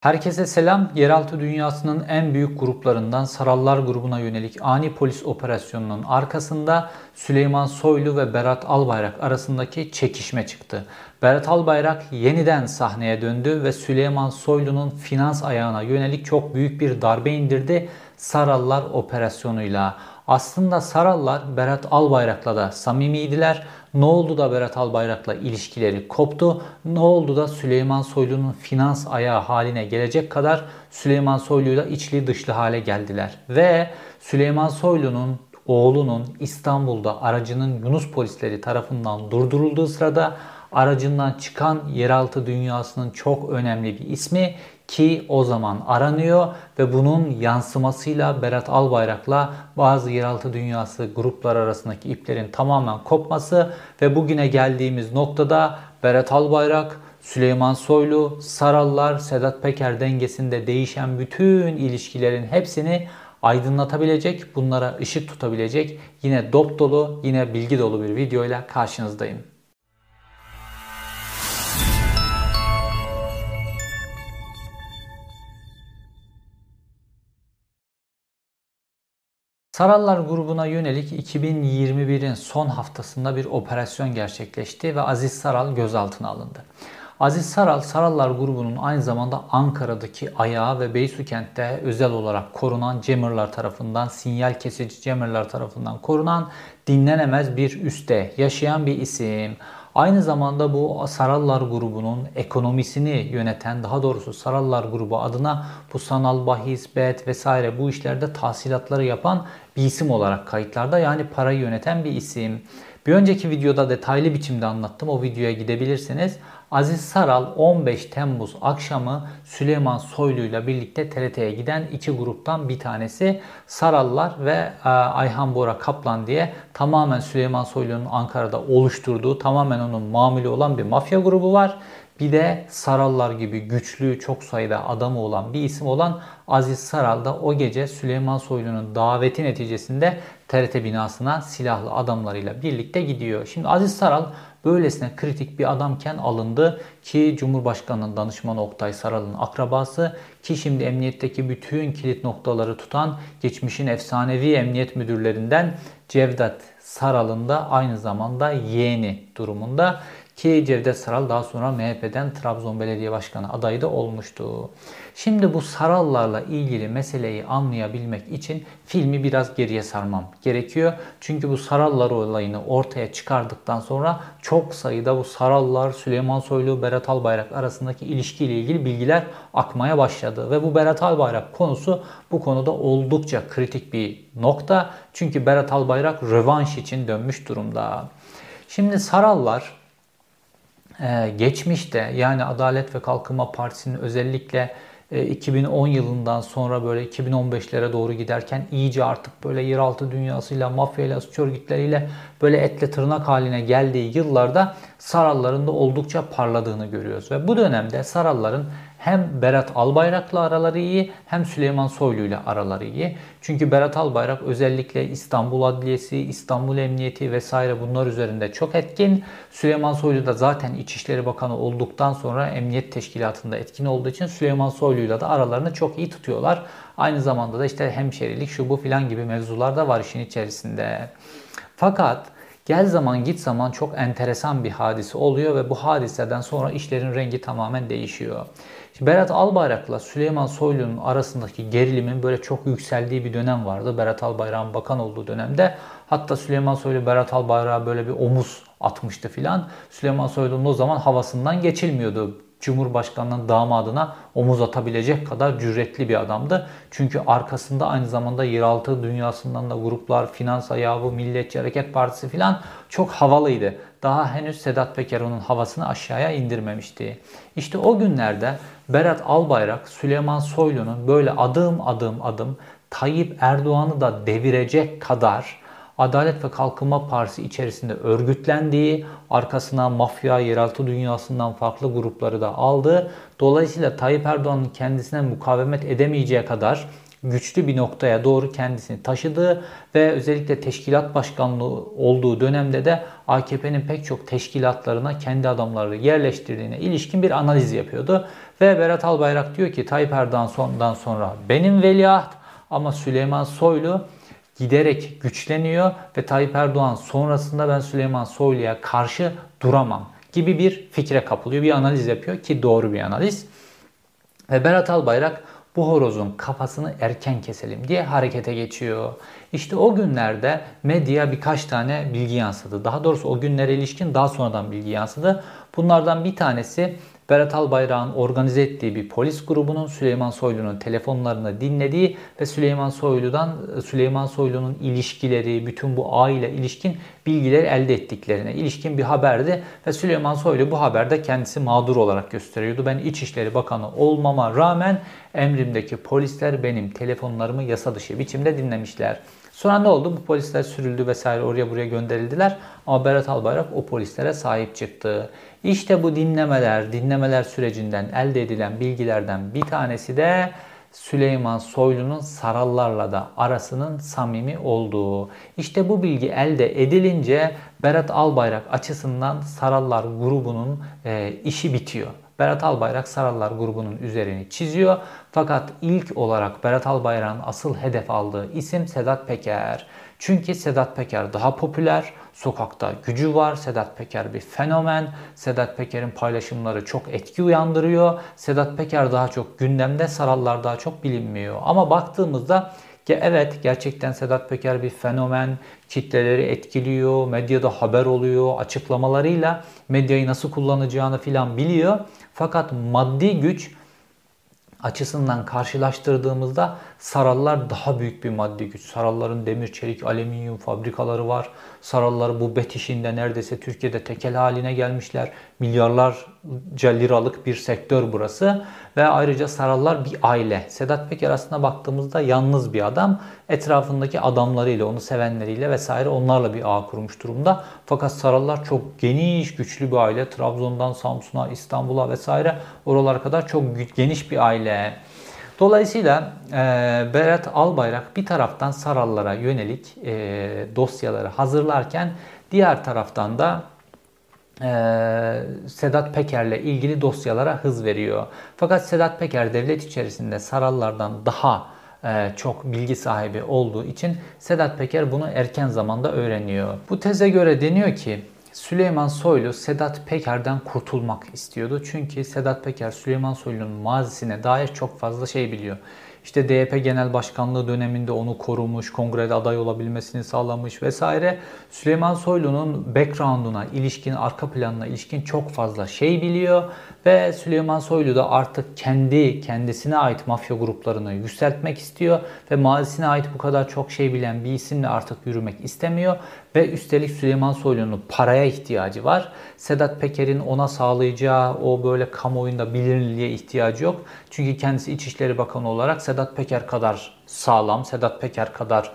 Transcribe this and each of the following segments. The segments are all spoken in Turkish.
Herkese selam. Yeraltı dünyasının en büyük gruplarından Sarallar grubuna yönelik ani polis operasyonunun arkasında Süleyman Soylu ve Berat Albayrak arasındaki çekişme çıktı. Berat Albayrak yeniden sahneye döndü ve Süleyman Soylu'nun finans ayağına yönelik çok büyük bir darbe indirdi Sarallar operasyonuyla. Aslında Sarallar Berat Albayrak'la da samimiydiler. Ne oldu da Berat Albayrak'la ilişkileri koptu? Ne oldu da Süleyman Soylu'nun finans ayağı haline gelecek kadar Süleyman Soylu'yla içli dışlı hale geldiler? Ve Süleyman Soylu'nun oğlunun İstanbul'da aracının Yunus polisleri tarafından durdurulduğu sırada aracından çıkan yeraltı dünyasının çok önemli bir ismi ki o zaman aranıyor ve bunun yansımasıyla Berat Albayrak'la bazı yeraltı dünyası gruplar arasındaki iplerin tamamen kopması ve bugüne geldiğimiz noktada Berat Albayrak, Süleyman Soylu, Sarallar, Sedat Peker dengesinde değişen bütün ilişkilerin hepsini aydınlatabilecek, bunlara ışık tutabilecek yine dop dolu, yine bilgi dolu bir videoyla karşınızdayım. Sarallar grubuna yönelik 2021'in son haftasında bir operasyon gerçekleşti ve Aziz Saral gözaltına alındı. Aziz Saral, Sarallar grubunun aynı zamanda Ankara'daki ayağı ve Beysukent'te özel olarak korunan Cemerlar tarafından, sinyal kesici Cemerlar tarafından korunan dinlenemez bir üste yaşayan bir isim. Aynı zamanda bu Sarallar grubunun ekonomisini yöneten, daha doğrusu Sarallar grubu adına bu sanal bahis, bet vesaire bu işlerde tahsilatları yapan bir isim olarak kayıtlarda, yani parayı yöneten bir isim. Bir önceki videoda detaylı biçimde anlattım. O videoya gidebilirsiniz. Aziz Saral 15 Temmuz akşamı Süleyman Soylu ile birlikte TRT'ye giden iki gruptan bir tanesi. Sarallar ve Ayhan Bora Kaplan diye tamamen Süleyman Soylu'nun Ankara'da oluşturduğu, tamamen onun mamülü olan bir mafya grubu var. Bir de Sarallar gibi güçlü, çok sayıda adamı olan bir isim olan Aziz Saral da o gece Süleyman Soylu'nun daveti neticesinde TRT binasına silahlı adamlarıyla birlikte gidiyor. Şimdi Aziz Saral böylesine kritik bir adamken alındı ki Cumhurbaşkanı'nın danışmanı Oktay Saral'ın akrabası, ki şimdi emniyetteki bütün kilit noktaları tutan geçmişin efsanevi emniyet müdürlerinden Cevdet Saral'ın da aynı zamanda yeğeni durumunda. Ki Cevdet Saral daha sonra MHP'den Trabzon Belediye Başkanı adayı da olmuştu. Şimdi bu Sarallarla ilgili meseleyi anlayabilmek için filmi biraz geriye sarmam gerekiyor. Çünkü bu Sarallar olayını ortaya çıkardıktan sonra çok sayıda bu Sarallar, Süleyman Soylu, Berat Albayrak arasındaki ilişkiyle ilgili bilgiler akmaya başladı. Ve bu Berat Albayrak konusu bu konuda oldukça kritik bir nokta. Çünkü Berat Albayrak rövanş için dönmüş durumda. Şimdi Sarallar geçmişte, yani Adalet ve Kalkınma Partisi'nin özellikle 2010 yılından sonra böyle 2015'lere doğru giderken iyice artık böyle yeraltı dünyasıyla, mafyayla, suç örgütleriyle böyle etle tırnak haline geldiği yıllarda Saralların da oldukça parladığını görüyoruz. Ve bu dönemde Saralların hem Berat Albayrak'la araları iyi hem Süleyman Soylu'yla araları iyi. Çünkü Berat Albayrak özellikle İstanbul Adliyesi, İstanbul Emniyeti vesaire bunlar üzerinde çok etkin. Süleyman Soylu da zaten İçişleri Bakanı olduktan sonra Emniyet Teşkilatı'nda etkin olduğu için Süleyman Soylu'yla da aralarını çok iyi tutuyorlar. Aynı zamanda da işte hemşerilik, şu bu filan gibi mevzular da var işin içerisinde. Fakat gel zaman git zaman çok enteresan bir hadise oluyor ve bu hadiseden sonra işlerin rengi tamamen değişiyor. Şimdi Berat Albayrak'la Süleyman Soylu'nun arasındaki gerilimin böyle çok yükseldiği bir dönem vardı. Berat Albayrak'ın bakan olduğu dönemde. Hatta Süleyman Soylu Berat Albayrak'a böyle bir omuz atmıştı filan. Süleyman Soylu'nun o zaman havasından geçilmiyordu. Cumhurbaşkanının damadına omuz atabilecek kadar cüretli bir adamdı. Çünkü arkasında aynı zamanda yeraltı dünyasından da gruplar, finans ayağı, Milliyetçi Hareket Partisi filan çok havalıydı. Daha henüz Sedat Peker onun havasını aşağıya indirmemişti. İşte o günlerde Berat Albayrak, Süleyman Soylu'nun böyle adım adım Tayyip Erdoğan'ı da devirecek kadar Adalet ve Kalkınma Partisi içerisinde örgütlendiği, arkasına mafya, yeraltı dünyasından farklı grupları da aldı. Dolayısıyla Tayyip Erdoğan'ın kendisine mukavemet edemeyeceği kadar güçlü bir noktaya doğru kendisini taşıdı ve özellikle teşkilat başkanlığı olduğu dönemde de AKP'nin pek çok teşkilatlarına kendi adamları yerleştirdiğine ilişkin bir analiz yapıyordu. Ve Berat Albayrak diyor ki Tayyip Erdoğan'dan sonra benim veliaht, ama Süleyman Soylu giderek güçleniyor ve Tayyip Erdoğan sonrasında ben Süleyman Soylu'ya karşı duramam gibi bir fikre kapılıyor. Bir analiz yapıyor ki doğru bir analiz. Ve Berat Albayrak bu horozun kafasını erken keselim diye harekete geçiyor. İşte o günlerde medya birkaç tane bilgi yansıdı. Daha doğrusu o günlere ilişkin daha sonradan bilgi yansıdı. Bunlardan bir tanesi Berat Albayrak'ın organize ettiği bir polis grubunun Süleyman Soylu'nun telefonlarını dinlediği ve Süleyman Soylu'nun ilişkileri, bütün bu aile ilişkin bilgileri elde ettiklerine ilişkin bir haberdi ve Süleyman Soylu bu haberde kendisi mağdur olarak gösteriyordu. Ben İçişleri Bakanı olmama rağmen emrimdeki polisler benim telefonlarımı yasa dışı biçimde dinlemişler. Sonra ne oldu? Bu polisler sürüldü vesaire, oraya buraya gönderildiler. Ama Berat Albayrak o polislere sahip çıktı. İşte bu dinlemeler sürecinden elde edilen bilgilerden bir tanesi de Süleyman Soylu'nun Sarallarla da arasının samimi olduğu. İşte bu bilgi elde edilince Berat Albayrak açısından Sarallar grubunun işi bitiyor. Berat Albayrak Sarallar grubunun üzerini çiziyor. Fakat ilk olarak Berat Albayrak'ın asıl hedef aldığı isim Sedat Peker. Çünkü Sedat Peker daha popüler, sokakta gücü var. Sedat Peker bir fenomen. Sedat Peker'in paylaşımları çok etki uyandırıyor. Sedat Peker daha çok gündemde, Sarallar daha çok bilinmiyor. Ama baktığımızda evet, gerçekten Sedat Peker bir fenomen, kitleleri etkiliyor, medyada haber oluyor, açıklamalarıyla medyayı nasıl kullanacağını filan biliyor. Fakat maddi güç açısından karşılaştırdığımızda Sarallar daha büyük bir maddi güç. Saralların demir, çelik, alüminyum fabrikaları var. Sarallar bu bet işinde neredeyse Türkiye'de tekel haline gelmişler. Milyarlarca liralık bir sektör burası. Ve ayrıca Sarallar bir aile. Sedat Peker aslında baktığımızda yalnız bir adam. Etrafındaki adamlarıyla, onu sevenleriyle vesaire onlarla bir ağ kurmuş durumda. Fakat Sarallar çok geniş, güçlü bir aile. Trabzon'dan Samsun'a, İstanbul'a vesaire oralara kadar çok geniş bir aile. Dolayısıyla Berat Albayrak bir taraftan Sarallara yönelik dosyaları hazırlarken diğer taraftan da Sedat Peker'le ilgili dosyalara hız veriyor. Fakat Sedat Peker devlet içerisinde Sarallardan daha çok bilgi sahibi olduğu için Sedat Peker bunu erken zamanda öğreniyor. Bu teze göre deniyor ki Süleyman Soylu Sedat Peker'den kurtulmak istiyordu. Çünkü Sedat Peker Süleyman Soylu'nun mazisine dair çok fazla şey biliyor. İşte DYP Genel Başkanlığı döneminde onu korumuş, kongrede aday olabilmesini sağlamış vesaire. Süleyman Soylu'nun background'una ilişkin, arka planına ilişkin çok fazla şey biliyor. Ve Süleyman Soylu da artık kendisine ait mafya gruplarını yükseltmek istiyor. Ve mazisine ait bu kadar çok şey bilen bir isimle artık yürümek istemiyor. Ve üstelik Süleyman Soylu'nun paraya ihtiyacı var. Sedat Peker'in ona sağlayacağı o böyle kamuoyunda bilinirliğe ihtiyacı yok. Çünkü kendisi İçişleri Bakanı olarak Sedat Peker kadar sağlam, Sedat Peker kadar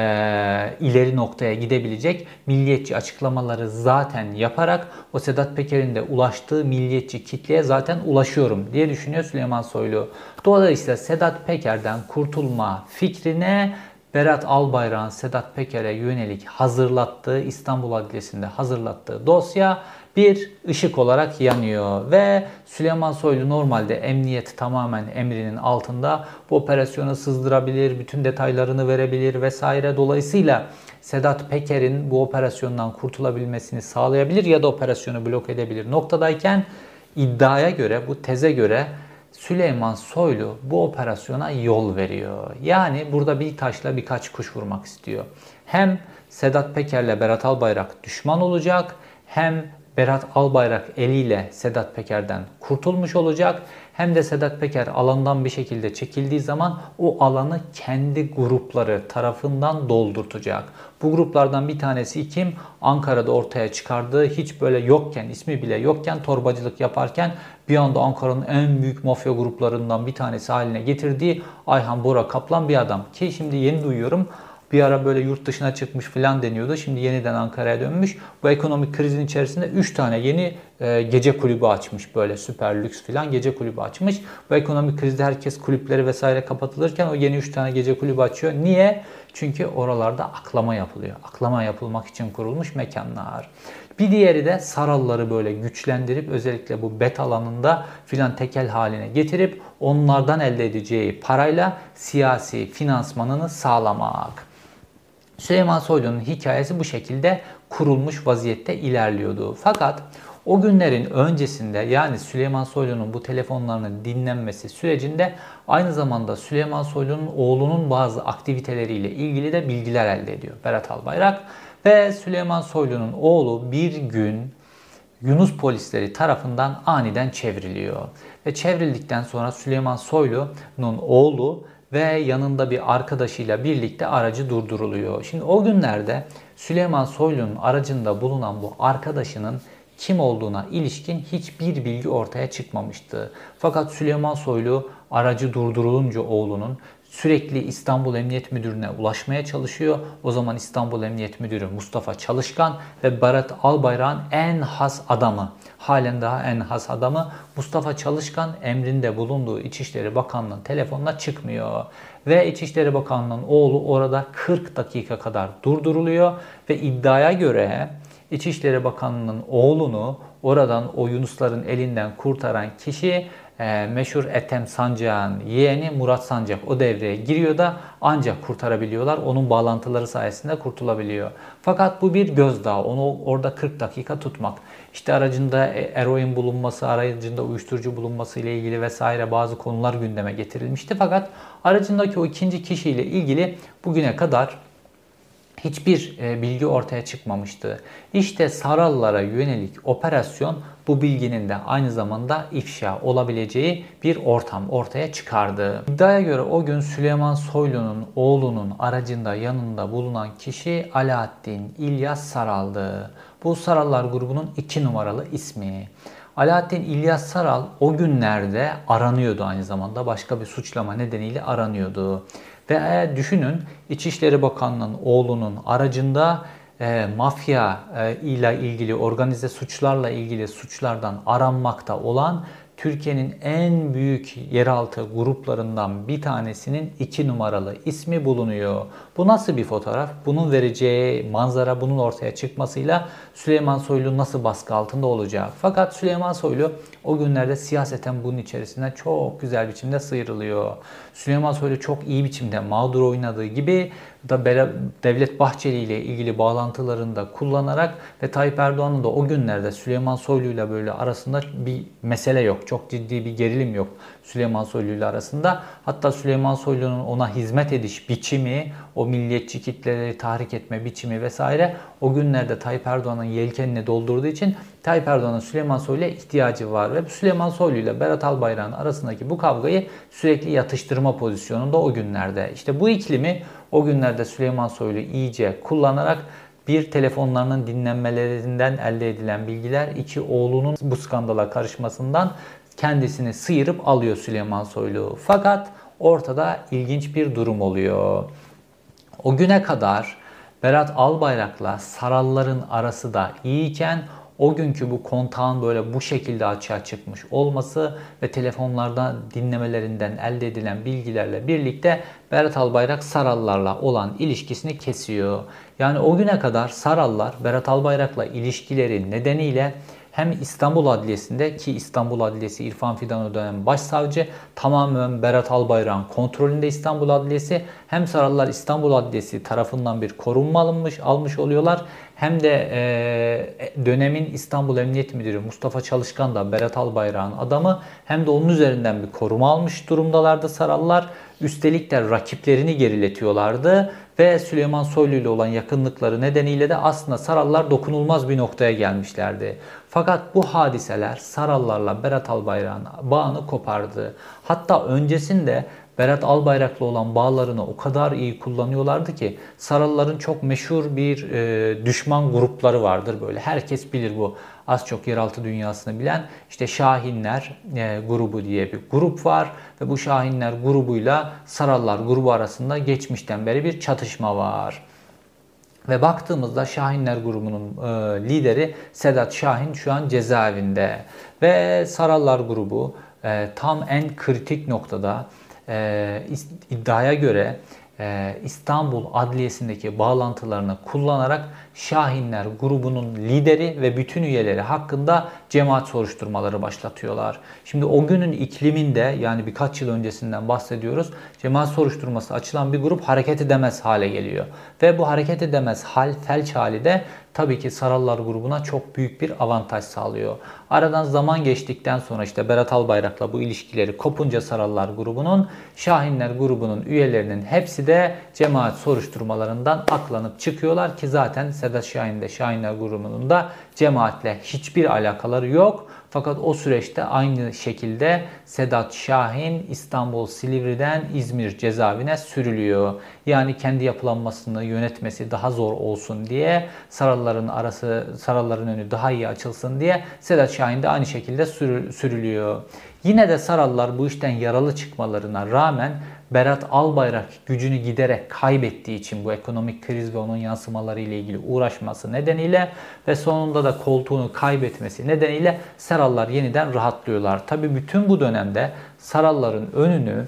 ileri noktaya gidebilecek milliyetçi açıklamaları zaten yaparak o Sedat Peker'in de ulaştığı milliyetçi kitleye zaten ulaşıyorum diye düşünüyor Süleyman Soylu. Dolayısıyla Sedat Peker'den kurtulma fikrine Berat Albayrak'ın Sedat Peker'e yönelik hazırlattığı, İstanbul Adliyesi'nde hazırlattığı dosya bir ışık olarak yanıyor ve Süleyman Soylu normalde emniyet tamamen emrinin altında bu operasyonu sızdırabilir, bütün detaylarını verebilir vesaire. Dolayısıyla Sedat Peker'in bu operasyondan kurtulabilmesini sağlayabilir ya da operasyonu blok edebilir noktadayken iddiaya göre, bu teze göre Süleyman Soylu bu operasyona yol veriyor. Yani burada bir taşla birkaç kuş vurmak istiyor. Hem Sedat Peker'le Berat Albayrak düşman olacak, hem Berat Albayrak eliyle Sedat Peker'den kurtulmuş olacak, hem de Sedat Peker alandan bir şekilde çekildiği zaman o alanı kendi grupları tarafından doldurtacak. Bu gruplardan bir tanesi kim? Ankara'da ortaya çıkardığı, hiç böyle yokken, ismi bile yokken, torbacılık yaparken bir anda Ankara'nın en büyük mafya gruplarından bir tanesi haline getirdiği Ayhan Bora Kaplan bir adam. Ki şimdi yeni duyuyorum. Bir ara böyle yurt dışına çıkmış falan deniyordu. Şimdi yeniden Ankara'ya dönmüş. Bu ekonomik krizin içerisinde 3 tane yeni gece kulübü açmış. Böyle süper lüks falan gece kulübü açmış. Bu ekonomik krizde herkes kulüpleri vesaire kapatılırken o yeni 3 tane gece kulübü açıyor. Niye? Çünkü oralarda aklama yapılıyor. Aklama yapılmak için kurulmuş mekanlar. Bir diğeri de Saralları böyle güçlendirip özellikle bu bet alanında filan tekel haline getirip onlardan elde edeceği parayla siyasi finansmanını sağlamak. Süleyman Soylu'nun hikayesi bu şekilde kurulmuş vaziyette ilerliyordu. Fakat o günlerin öncesinde, yani Süleyman Soylu'nun bu telefonlarının dinlenmesi sürecinde aynı zamanda Süleyman Soylu'nun oğlunun bazı aktiviteleriyle ilgili de bilgiler elde ediyor Berat Albayrak. Ve Süleyman Soylu'nun oğlu bir gün Yunus polisleri tarafından aniden çevriliyor. Ve çevrildikten sonra Süleyman Soylu'nun oğlu ve yanında bir arkadaşıyla birlikte aracı durduruluyor. Şimdi o günlerde Süleyman Soylu'nun aracında bulunan bu arkadaşının kim olduğuna ilişkin hiçbir bilgi ortaya çıkmamıştı. Fakat Süleyman Soylu aracı durdurulunca oğlunun sürekli İstanbul Emniyet Müdürü'ne ulaşmaya çalışıyor. O zaman İstanbul Emniyet Müdürü Mustafa Çalışkan ve Berat Albayrak'ın en has adamı, halen daha en has adamı Mustafa Çalışkan emrinde bulunduğu İçişleri Bakanlığı'nın telefonuna çıkmıyor. Ve İçişleri Bakanlığı'nın oğlu orada 40 dakika kadar durduruluyor ve iddiaya göre İçişleri Bakanlığı'nın oğlunu oradan o Yunusların elinden kurtaran kişi meşhur Ethem Sancak'ın yeğeni Murat Sancak o devreye giriyor da ancak kurtarabiliyorlar. Onun bağlantıları sayesinde kurtulabiliyor. Fakat bu bir gözdağı. Onu orada 40 dakika tutmak. İşte aracında eroin bulunması, aracında uyuşturucu bulunması ile ilgili vesaire bazı konular gündeme getirilmişti. Fakat aracındaki o ikinci kişiyle ilgili bugüne kadar hiçbir bilgi ortaya çıkmamıştı. İşte Sarallara yönelik operasyon bu bilginin de aynı zamanda ifşa olabileceği bir ortam ortaya çıkardı. İddiaya göre o gün Süleyman Soylu'nun oğlunun aracında yanında bulunan kişi Alaaddin İlyas Saral'dı. Bu Sarallar grubunun 2 numaralı ismi. Alaaddin İlyas Saral o günlerde aranıyordu, aynı zamanda başka bir suçlama nedeniyle aranıyordu. Ve düşünün, İçişleri Bakanlığı'nın oğlunun aracında mafya ile ilgili, organize suçlarla ilgili suçlardan aranmakta olan Türkiye'nin en büyük yeraltı gruplarından bir tanesinin 2 numaralı ismi bulunuyor. Bu nasıl bir fotoğraf? Bunun vereceği manzara, bunun ortaya çıkmasıyla Süleyman Soylu nasıl baskı altında olacak? Fakat Süleyman Soylu o günlerde siyaseten bunun içerisinden çok güzel biçimde sıyrılıyor. Süleyman Soylu çok iyi biçimde mağdur oynadığı gibi da Devlet Bahçeli ile ilgili bağlantılarını da kullanarak ve Tayyip Erdoğan'ın da o günlerde Süleyman Soylu ile böyle arasında bir mesele yok. Çok ciddi bir gerilim yok Süleyman Soylu ile arasında. Hatta Süleyman Soylu'nun ona hizmet ediş biçimi, o milliyetçi kitleleri tahrik etme biçimi vesaire o günlerde Tayyip Erdoğan'ın yelkenini doldurduğu için Tayyip Erdoğan'ın Süleyman Soylu'ya ihtiyacı var ve Süleyman Soylu ile Berat Albayrak'ın arasındaki bu kavgayı sürekli yatıştırma pozisyonunda o günlerde. İşte bu iklimi o günlerde Süleyman Soylu iyice kullanarak bir, telefonlarının dinlenmelerinden elde edilen bilgiler, iki, oğlunun bu skandala karışmasından kendisini sıyırıp alıyor Süleyman Soylu. Fakat ortada ilginç bir durum oluyor. O güne kadar Berat Albayrak'la Saralların arası da iyiyken o günkü bu kontağın böyle bu şekilde açığa çıkmış olması ve telefonlarda dinlemelerinden elde edilen bilgilerle birlikte Berat Albayrak Sarallarla olan ilişkisini kesiyor. Yani o güne kadar Sarallar Berat Albayrak'la ilişkileri nedeniyle hem İstanbul Adliyesi'nde, ki İstanbul Adliyesi İrfan Fidan o dönem başsavcı, tamamen Berat Albayrak'ın kontrolünde İstanbul Adliyesi, hem Sarallar İstanbul Adliyesi tarafından bir korunma almış oluyorlar, hem de dönemin İstanbul Emniyet Müdürü Mustafa Çalışkan da Berat Albayrak'ın adamı, hem de onun üzerinden bir koruma almış durumdalardı Sarallar. Üstelik de rakiplerini geriletiyorlardı ve Süleyman Soylu ile olan yakınlıkları nedeniyle de aslında Sarallar dokunulmaz bir noktaya gelmişlerdi. Fakat bu hadiseler Sarallarla Berat Albayrak'ın bağını kopardı. Hatta öncesinde Berat Albayrak'la olan bağlarını o kadar iyi kullanıyorlardı ki Saralların çok meşhur bir düşman grupları vardır böyle. Herkes bilir, bu az çok yeraltı dünyasını bilen, işte Şahinler grubu diye bir grup var ve bu Şahinler grubuyla Sarallar grubu arasında geçmişten beri bir çatışma var. Ve baktığımızda Şahinler grubunun lideri Sedat Şahin şu an cezaevinde ve Sarallar grubu tam en kritik noktada, iddiaya göre İstanbul Adliyesi'ndeki bağlantılarını kullanarak Şahinler grubunun lideri ve bütün üyeleri hakkında cemaat soruşturmaları başlatıyorlar. Şimdi o günün ikliminde, yani birkaç yıl öncesinden bahsediyoruz, cemaat soruşturması açılan bir grup hareket edemez hale geliyor. Ve bu hareket edemez felç hali de tabii ki Sarallar grubuna çok büyük bir avantaj sağlıyor. Aradan zaman geçtikten sonra işte Berat Albayrak'la bu ilişkileri kopunca Sarallar grubunun, Şahinler grubunun üyelerinin hepsi de cemaat soruşturmalarından aklanıp çıkıyorlar ki zaten Sedat Şahin de Şahinler grubunun da cemaatle hiçbir alakaları yok. Fakat o süreçte aynı şekilde Sedat Şahin İstanbul Silivri'den İzmir cezaevine sürülüyor. Yani kendi yapılanmasını yönetmesi daha zor olsun diye, Saralların önü daha iyi açılsın diye Sedat Şahin de aynı şekilde sürülüyor. Yine de Sarallar bu işten yaralı çıkmalarına rağmen Berat Albayrak gücünü giderek kaybettiği için, bu ekonomik kriz ve onun yansımaları ile ilgili uğraşması nedeniyle ve sonunda da koltuğunu kaybetmesi nedeniyle Sarallar yeniden rahatlıyorlar. Tabii bütün bu dönemde Saralların önünü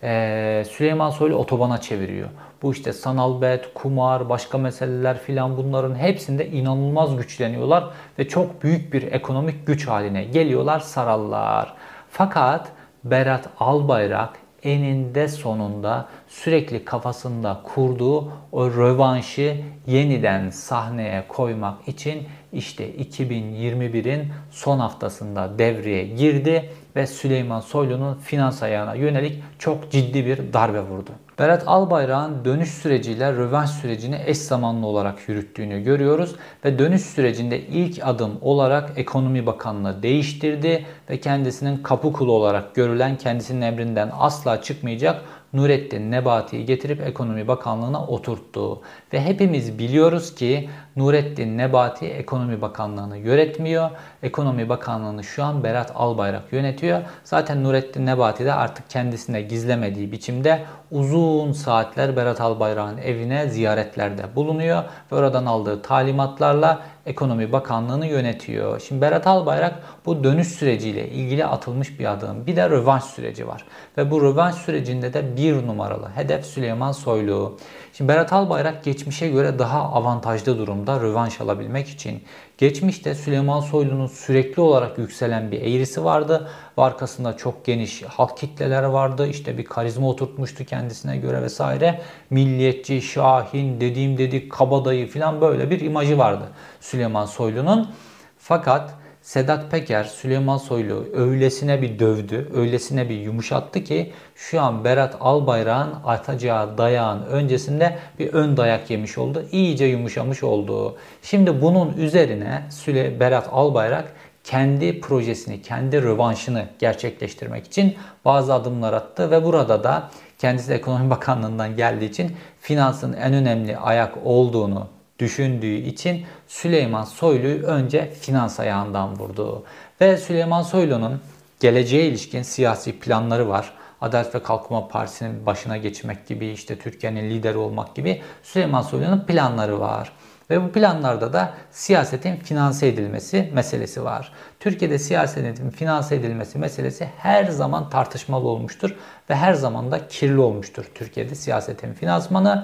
Süleyman Soylu otobana çeviriyor. Bu işte sanal bet, kumar, başka meseleler filan, bunların hepsinde inanılmaz güçleniyorlar ve çok büyük bir ekonomik güç haline geliyorlar Sarallar. Fakat Berat Albayrak eninde sonunda sürekli kafasında kurduğu o rövanşı yeniden sahneye koymak için işte 2021'in son haftasında devreye girdi ve Süleyman Soylu'nun finans ayağına yönelik çok ciddi bir darbe vurdu. Berat Albayrak'ın dönüş süreciyle rövanş sürecini eş zamanlı olarak yürüttüğünü görüyoruz ve dönüş sürecinde ilk adım olarak Ekonomi Bakanlığı değiştirdi ve kendisinin kapı kulu olarak görülen, kendisinin emrinden asla çıkmayacak Nurettin Nebati'yi getirip Ekonomi Bakanlığı'na oturttu. Ve hepimiz biliyoruz ki Nurettin Nebati Ekonomi Bakanlığı'nı yönetmiyor. Ekonomi Bakanlığı'nı şu an Berat Albayrak yönetiyor. Zaten Nurettin Nebati de artık kendisine gizlemediği biçimde uzun saatler Berat Albayrak'ın evine ziyaretlerde bulunuyor ve oradan aldığı talimatlarla Ekonomi Bakanlığı'nı yönetiyor. Şimdi Berat Albayrak bu dönüş süreciyle ilgili atılmış bir adım. Bir de rövanş süreci var. Ve bu rövanş sürecinde de bir numaralı hedef Süleyman Soylu. Şimdi Berat Albayrak geçmişe göre daha avantajlı durumda rövanş alabilmek için. Geçmişte Süleyman Soylu'nun sürekli olarak yükselen bir eğrisi vardı ve arkasında çok geniş halk kitleleri vardı. İşte bir karizma oturtmuştu kendisine göre vesaire. Milliyetçi, şahin, dediğim dedik, kabadayı falan, böyle bir imajı vardı Süleyman Soylu'nun. Fakat Sedat Peker Süleyman Soylu öylesine bir dövdü, öylesine bir yumuşattı ki şu an Berat Albayrak'ın atacağı dayağın öncesinde bir ön dayak yemiş oldu. İyice yumuşamış oldu. Şimdi bunun üzerine Berat Albayrak kendi projesini, kendi rövanşını gerçekleştirmek için bazı adımlar attı ve burada da kendisi Ekonomi Bakanlığı'ndan geldiği için finansın en önemli ayak olduğunu düşündüğü için Süleyman Soylu'yu önce finans ayağından vurdu. Ve Süleyman Soylu'nun geleceğe ilişkin siyasi planları var. Adalet ve Kalkınma Partisi'nin başına geçmek gibi, işte Türkiye'nin lideri olmak gibi Süleyman Soylu'nun planları var. Ve bu planlarda da siyasetin finanse edilmesi meselesi var. Türkiye'de siyasetin finanse edilmesi meselesi her zaman tartışmalı olmuştur ve her zaman da kirli olmuştur Türkiye'de siyasetin finansmanı.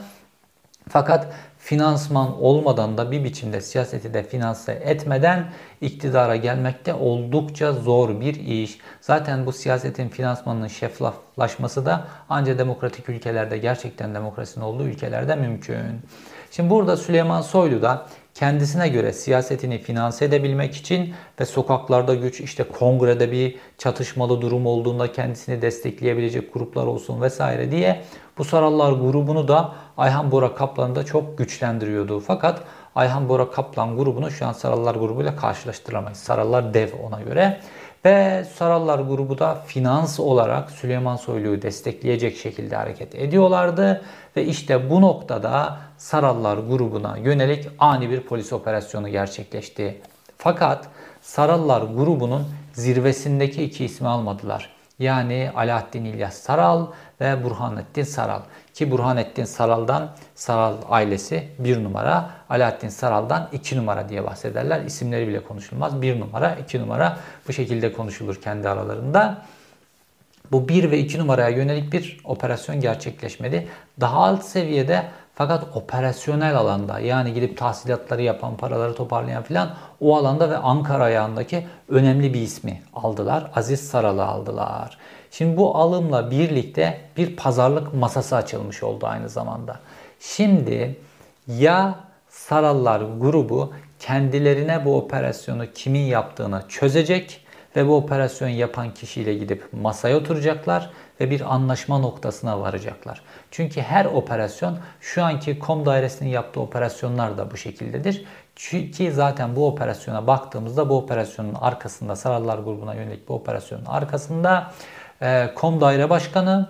Fakat finansman olmadan da bir biçimde siyaseti de finanse etmeden iktidara gelmek de oldukça zor bir iş. Zaten bu siyasetin finansmanının şeffaflaşması da ancak demokratik ülkelerde, gerçekten demokrasinin olduğu ülkelerde mümkün. Şimdi burada Süleyman Soylu da kendisine göre siyasetini finanse edebilmek için ve sokaklarda güç, işte kongrede bir çatışmalı durum olduğunda kendisini destekleyebilecek gruplar olsun vesaire diye bu Sarallar grubunu da Ayhan Bora Kaplan'ı da çok güçlendiriyordu. Fakat Ayhan Bora Kaplan grubunu şu an Sarallar grubuyla karşılaştıramayız. Sarallar dev ona göre. Ve Sarallar grubu da finans olarak Süleyman Soylu'yu destekleyecek şekilde hareket ediyorlardı. Ve işte bu noktada Sarallar grubuna yönelik ani bir polis operasyonu gerçekleşti. Fakat Sarallar grubunun zirvesindeki iki ismi almadılar. Yani Alaaddin İlyas Saral ve Burhanettin Saral. Ki Burhanettin Saral'dan Saral ailesi 1 numara, Alaaddin Saral'dan 2 numara diye bahsederler. İsimleri bile konuşulmaz. 1 numara, 2 numara bu şekilde konuşulur kendi aralarında. Bu 1 ve 2 numaraya yönelik bir operasyon gerçekleşmedi. Daha alt seviyede fakat operasyonel alanda, yani gidip tahsilatları yapan, paraları toparlayan filan, o alanda ve Ankara ayağındaki önemli bir ismi aldılar. Aziz Saral'ı aldılar. Şimdi bu alımla birlikte bir pazarlık masası açılmış oldu aynı zamanda. Şimdi ya Sarallar grubu kendilerine bu operasyonu kimin yaptığını çözecek ve bu operasyonu yapan kişiyle gidip masaya oturacaklar ve bir anlaşma noktasına varacaklar. Çünkü her operasyon, şu anki KOM dairesinin yaptığı operasyonlar da bu şekildedir. Çünkü zaten bu operasyona baktığımızda, bu operasyonun arkasında, Sarallar grubuna yönelik bu operasyonun arkasında KOM daire başkanı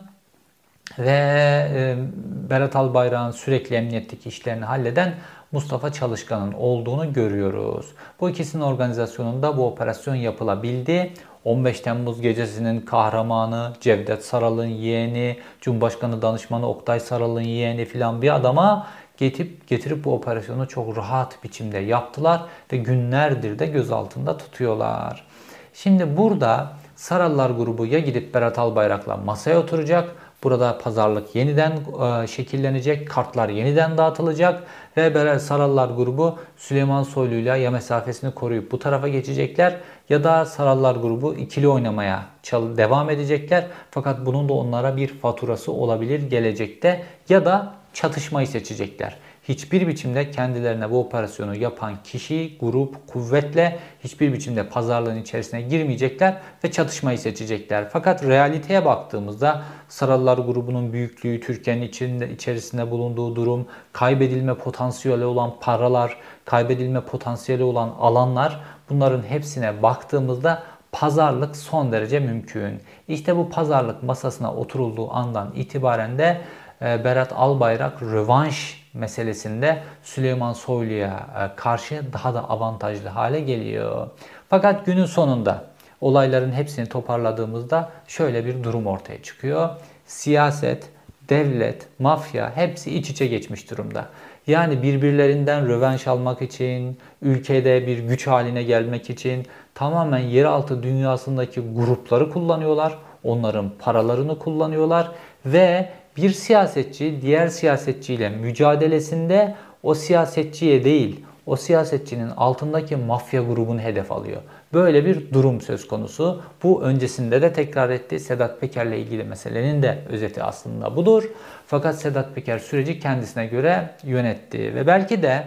ve Berat Albayrak'ın sürekli emniyetteki işlerini halleden Mustafa Çalışkan'ın olduğunu görüyoruz. Bu ikisinin organizasyonunda bu operasyon yapılabildi. 15 Temmuz gecesinin kahramanı, Cevdet Saral'ın yeğeni, Cumhurbaşkanı danışmanı Oktay Saral'ın yeğeni filan bir adama getirip bu operasyonu çok rahat biçimde yaptılar ve günlerdir de gözaltında tutuyorlar. Şimdi burada Sarallar grubu ya gidip Berat Albayrak'la masaya oturacak, burada pazarlık yeniden şekillenecek, kartlar yeniden dağıtılacak ve Sarallar grubu Süleyman Soylu'yla ya mesafesini koruyup bu tarafa geçecekler ya da Sarallar grubu ikili oynamaya devam edecekler. Fakat bunun da onlara bir faturası olabilir gelecekte, ya da çatışmayı seçecekler. Hiçbir biçimde kendilerine bu operasyonu yapan kişi, grup, kuvvetle hiçbir biçimde pazarlığın içerisine girmeyecekler ve çatışmayı seçecekler. Fakat realiteye baktığımızda Sarallar grubunun büyüklüğü, Türkiye'nin içerisinde bulunduğu durum, kaybedilme potansiyeli olan paralar, kaybedilme potansiyeli olan alanlar, bunların hepsine baktığımızda pazarlık son derece mümkün. İşte bu pazarlık masasına oturulduğu andan itibaren de Berat Albayrak rövanş meselesinde Süleyman Soylu'ya karşı daha da avantajlı hale geliyor. Fakat günün sonunda olayların hepsini toparladığımızda şöyle bir durum ortaya çıkıyor. Siyaset, devlet, mafya hepsi iç içe geçmiş durumda. Yani birbirlerinden rövanş almak için, ülkede bir güç haline gelmek için tamamen yeraltı dünyasındaki grupları kullanıyorlar. Onların paralarını kullanıyorlar ve bir siyasetçi diğer siyasetçiyle mücadelesinde o siyasetçiye değil, o siyasetçinin altındaki mafya grubunu hedef alıyor. Böyle bir durum söz konusu. Bu öncesinde de tekrar etti. Sedat Peker'le ilgili meselenin de özeti aslında budur. Fakat Sedat Peker süreci kendisine göre yönetti ve belki de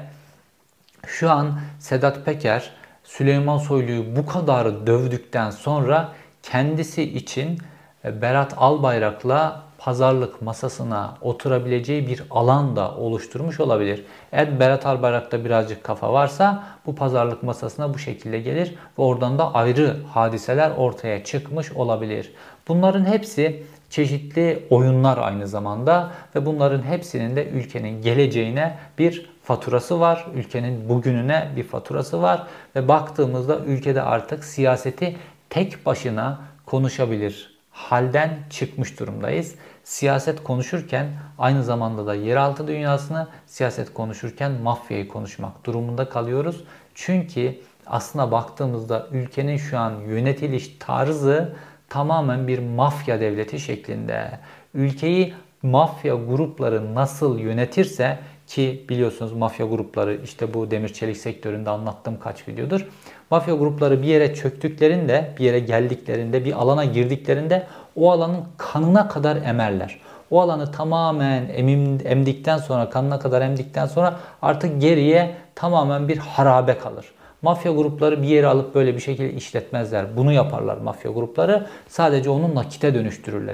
şu an Sedat Peker Süleyman Soylu'yu bu kadar dövdükten sonra kendisi için Berat Albayrak'la pazarlık masasına oturabileceği bir alan da oluşturmuş olabilir. Eğer Berat Albayrak'ta birazcık kafa varsa bu pazarlık masasına bu şekilde gelir ve oradan da ayrı hadiseler ortaya çıkmış olabilir. Bunların hepsi çeşitli oyunlar aynı zamanda ve bunların hepsinin de ülkenin geleceğine bir faturası var. Ülkenin bugününe bir faturası var ve baktığımızda ülkede artık siyaseti tek başına konuşabilir halden çıkmış durumdayız. Siyaset konuşurken aynı zamanda da yeraltı dünyasını, siyaset konuşurken mafyayı konuşmak durumunda kalıyoruz. Çünkü aslına baktığımızda ülkenin şu an yönetiliş tarzı tamamen bir mafya devleti şeklinde. Ülkeyi mafya grupları nasıl yönetirse, ki biliyorsunuz mafya grupları işte bu demir çelik sektöründe anlattığım kaç videodur. Mafya grupları bir yere çöktüklerinde, bir yere geldiklerinde, bir alana girdiklerinde o alanın kanına kadar emerler. O alanı tamamen emdikten sonra, kanına kadar emdikten sonra artık geriye tamamen bir harabe kalır. Mafya grupları bir yeri alıp böyle bir şekilde işletmezler. Bunu yaparlar mafya grupları. Sadece onu nakite dönüştürürler.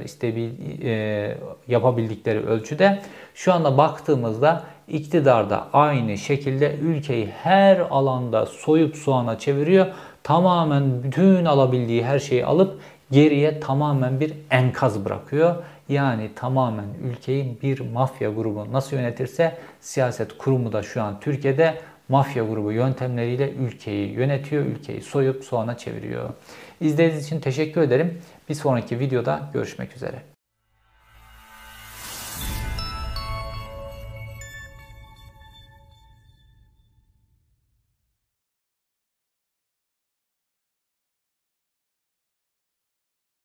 Yapabildikleri ölçüde. Şu anda baktığımızda iktidarda aynı şekilde ülkeyi her alanda soyup soğana çeviriyor. Tamamen bütün alabildiği her şeyi alıp geriye tamamen bir enkaz bırakıyor. Yani tamamen ülkeyi bir mafya grubu nasıl yönetirse siyaset kurumu da şu an Türkiye'de mafya grubu yöntemleriyle ülkeyi yönetiyor, ülkeyi soyup soğana çeviriyor. İzlediğiniz için teşekkür ederim. Bir sonraki videoda görüşmek üzere.